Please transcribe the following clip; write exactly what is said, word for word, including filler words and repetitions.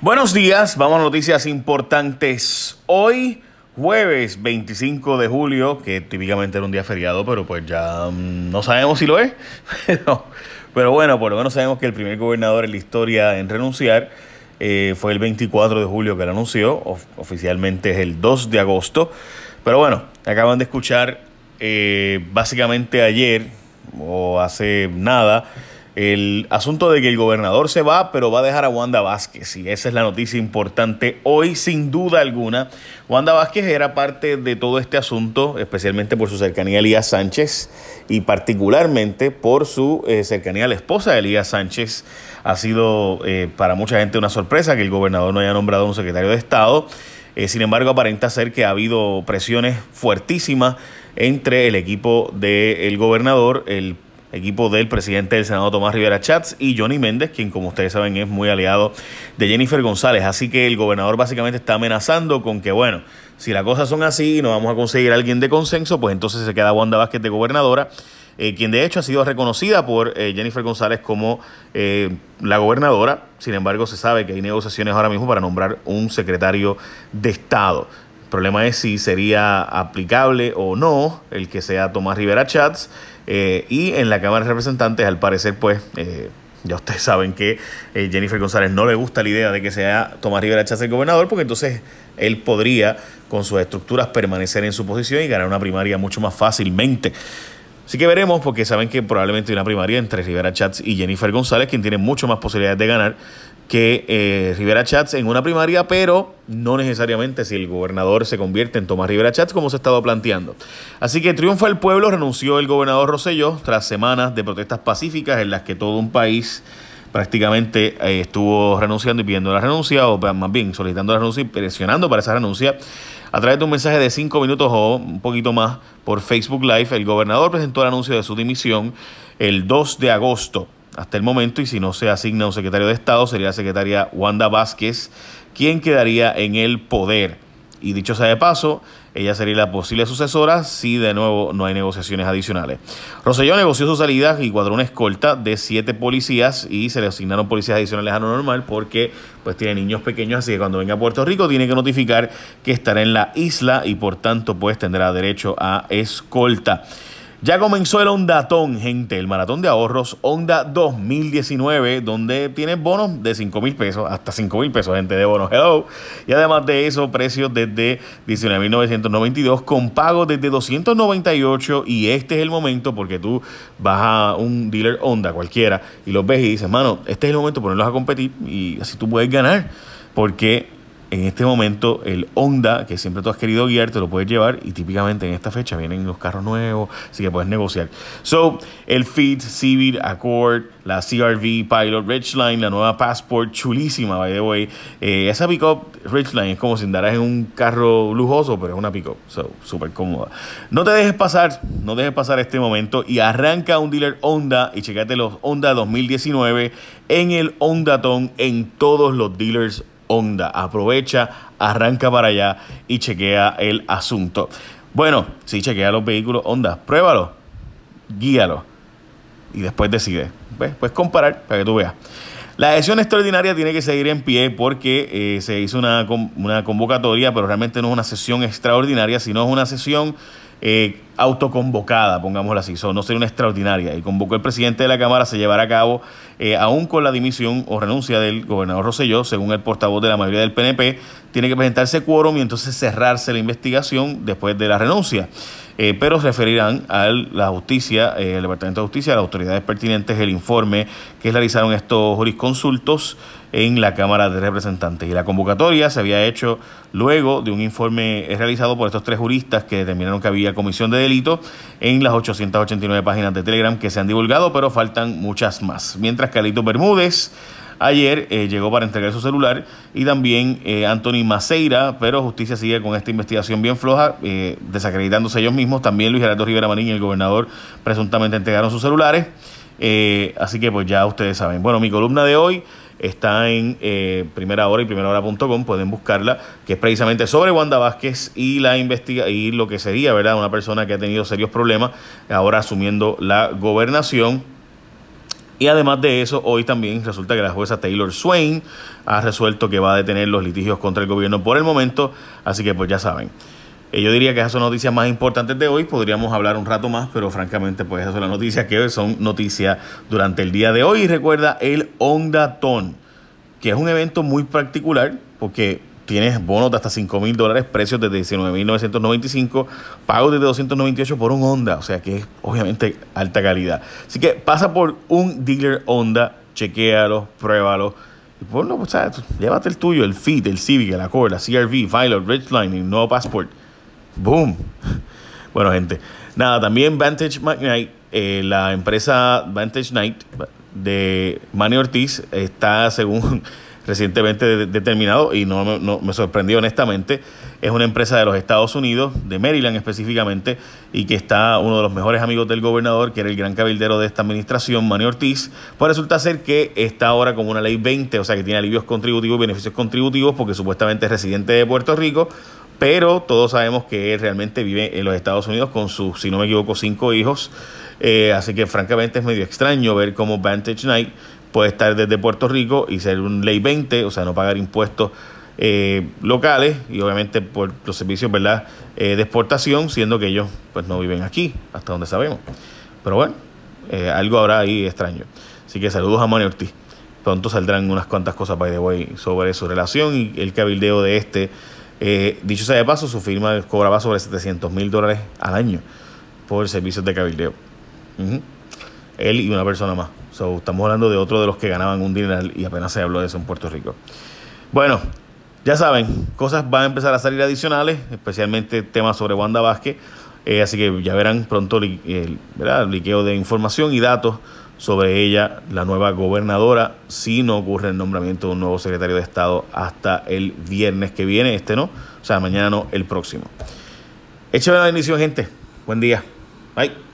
Buenos días, vamos a noticias importantes. Hoy, jueves veinticinco de julio, que típicamente era un día feriado, pero pues ya um, no sabemos si lo es. pero, pero bueno, por lo menos sabemos que el primer gobernador en la historia en renunciar eh, fue el veinticuatro de julio que lo anunció. Of- oficialmente es el dos de agosto. Pero bueno, acaban de escuchar eh, básicamente ayer o hace nada el asunto de que el gobernador se va, pero va a dejar a Wanda Vázquez, y esa es la noticia importante hoy, sin duda alguna. Wanda Vázquez era parte de todo este asunto, especialmente por su cercanía a Elías Sánchez y particularmente por su eh, cercanía a la esposa de Elías Sánchez. Ha sido eh, para mucha gente una sorpresa que el gobernador no haya nombrado un secretario de Estado. Eh, sin embargo, aparenta ser que ha habido presiones fuertísimas entre el equipo del gobernador, el equipo del presidente del Senado Tomás Rivera Schatz y Johnny Méndez, quien como ustedes saben es muy aliado de Jennifer González. Así que el gobernador básicamente está amenazando con que, bueno, si las cosas son así y no vamos a conseguir a alguien de consenso, pues entonces se queda Wanda Vázquez de gobernadora, eh, quien de hecho ha sido reconocida por eh, Jennifer González como eh, la gobernadora. Sin embargo, se sabe que hay negociaciones ahora mismo para nombrar un secretario de Estado. El problema es si sería aplicable o no el que sea Tomás Rivera Schatz. Eh, y en la Cámara de Representantes, al parecer, pues, eh, ya ustedes saben que eh, Jennifer González no le gusta la idea de que sea Tomás Rivera Schatz el gobernador, porque entonces él podría, con sus estructuras, permanecer en su posición y ganar una primaria mucho más fácilmente. Así que veremos, porque saben que probablemente hay una primaria entre Rivera Schatz y Jennifer González, quien tiene mucho más posibilidades de ganar que eh, Rivera Schatz en una primaria, pero no necesariamente si el gobernador se convierte en Tomás Rivera Schatz, como se ha estado planteando. Así que triunfa el pueblo, renunció el gobernador Rosselló tras semanas de protestas pacíficas en las que todo un país prácticamente eh, estuvo renunciando y pidiendo la renuncia, o más bien solicitando la renuncia y presionando para esa renuncia. A través de un mensaje de cinco minutos o un poquito más por Facebook Live, el gobernador presentó el anuncio de su dimisión el dos de agosto. Hasta el momento, y si no se asigna un secretario de Estado, sería la secretaria Wanda Vázquez quien quedaría en el poder. Y dicho sea de paso, ella sería la posible sucesora si de nuevo no hay negociaciones adicionales. Rosselló negoció su salida y cuadró una escolta de siete policías y se le asignaron policías adicionales a lo normal porque pues tiene niños pequeños, así que cuando venga a Puerto Rico tiene que notificar que estará en la isla y por tanto pues tendrá derecho a escolta. Ya comenzó el Hondatón, gente, el maratón de ahorros Honda dos mil diecinueve, donde tienes bonos de cinco mil pesos, hasta cinco mil pesos, gente, de bonos. Hello. Y además de eso, precios desde diecinueve mil novecientos noventa y dos, con pagos desde doscientos noventa y ocho. Y este es el momento, porque tú vas a un dealer Honda cualquiera y los ves y dices, mano, este es el momento de ponerlos a competir y así tú puedes ganar. Porque en este momento el Honda, que siempre tú has querido guiar, te lo puedes llevar, y típicamente en esta fecha vienen los carros nuevos, así que puedes negociar. So, el Fit, Civic, Accord, la C R V, Pilot, Ridgeline, la nueva Passport, chulísima, by the way. Eh, esa pickup Ridgeline es como si andaras en un carro lujoso, pero es una pickup, so, súper cómoda. No te dejes pasar, no dejes pasar este momento y arranca un dealer Honda y checate los Honda dos mil diecinueve en el Hondatón en todos los dealers Honda. Aprovecha, arranca para allá y chequea el asunto. Bueno, sí, chequea los vehículos Honda, pruébalo, guíalo y después decide. ¿Ves? Puedes comparar para que tú veas. La sesión extraordinaria tiene que seguir en pie porque eh, se hizo una, una convocatoria, pero realmente no es una sesión extraordinaria, sino es una sesión eh, autoconvocada, pongámoslo así. So, no sería una extraordinaria. Y convocó el presidente de la Cámara, se llevará a cabo eh, aún con la dimisión o renuncia del gobernador Rosselló, según el portavoz de la mayoría del P N P. Tiene que presentarse quórum y entonces cerrarse la investigación después de la renuncia. Eh, pero referirán a la justicia, eh, el Departamento de Justicia, a las autoridades pertinentes, el informe que realizaron estos jurisconsultos en la Cámara de Representantes. Y la convocatoria se había hecho luego de un informe realizado por estos tres juristas que determinaron que había comisión de delito en las ochocientas ochenta y nueve páginas de Telegram que se han divulgado, pero faltan muchas más. Mientras que Alito Bermúdez ayer eh, llegó para entregar su celular, y también eh, Anthony Maceira, pero justicia sigue con esta investigación bien floja, eh, desacreditándose ellos mismos. También Luis Gerardo Rivera Marín y el gobernador presuntamente entregaron sus celulares, eh, así que pues ya ustedes saben. Bueno, mi columna de hoy está en eh, Primera Hora y primera hora punto com, pueden buscarla, que es precisamente sobre Wanda Vázquez y la investiga y lo que sería, ¿verdad?, una persona que ha tenido serios problemas ahora asumiendo la gobernación. Y además de eso, hoy también resulta que la jueza Taylor Swain ha resuelto que va a detener los litigios contra el gobierno por el momento, así que pues ya saben. Eh, yo diría que esas son noticias más importantes de hoy, podríamos hablar un rato más, pero francamente pues esas son las noticias que son noticias durante el día de hoy. Y recuerda el Ondathon, que es un evento muy particular porque tienes bonos de hasta cinco mil dólares, precios de diecinueve mil novecientos noventa y cinco, pagos de doscientos noventa y ocho por un Honda, o sea que es obviamente alta calidad. Así que pasa por un dealer Honda, chequéalo, pruébalo. Y pues no, pues, ¿sabes? Llévate el tuyo, el Fit, el Civic, el Accord, la C R V, Pilot, Ridgeline, el nuevo Passport. ¡Boom! Bueno, gente, nada, también Vantage Knight, eh, la empresa Vantage Knight de Manny Ortiz está, según recientemente de- determinado, y no, no me sorprendió honestamente, es una empresa de los Estados Unidos, de Maryland específicamente, y que está uno de los mejores amigos del gobernador, que era el gran cabildero de esta administración, Manny Ortiz. Pues resulta ser que está ahora como una ley veinte, o sea que tiene alivios contributivos y beneficios contributivos porque supuestamente es residente de Puerto Rico, pero todos sabemos que él realmente vive en los Estados Unidos con sus, si no me equivoco, cinco hijos. Eh, así que francamente es medio extraño ver cómo Vantage Knight puede estar desde Puerto Rico y ser un ley veinte, o sea, no pagar impuestos eh, locales y obviamente por los servicios, ¿verdad?, eh, de exportación, siendo que ellos pues no viven aquí, hasta donde sabemos. Pero bueno, eh, algo habrá ahí extraño. Así que saludos a Manny Ortiz. Pronto saldrán unas cuantas cosas, by the way, sobre su relación y el cabildeo de este. Eh, dicho sea de paso, su firma cobraba sobre setecientos mil dólares al año por servicios de cabildeo. Uh-huh. Él y una persona más. So, estamos hablando de otro de los que ganaban un dineral y apenas se habló de eso en Puerto Rico. Bueno, ya saben, cosas van a empezar a salir adicionales, especialmente temas sobre Wanda Vázquez. Eh, así que ya verán pronto li- el, ¿verdad? el liqueo de información y datos sobre ella, la nueva gobernadora, si no ocurre el nombramiento de un nuevo secretario de Estado hasta el viernes que viene, este no, o sea, mañana no, el próximo. Échame la bendición, gente. Buen día. Bye.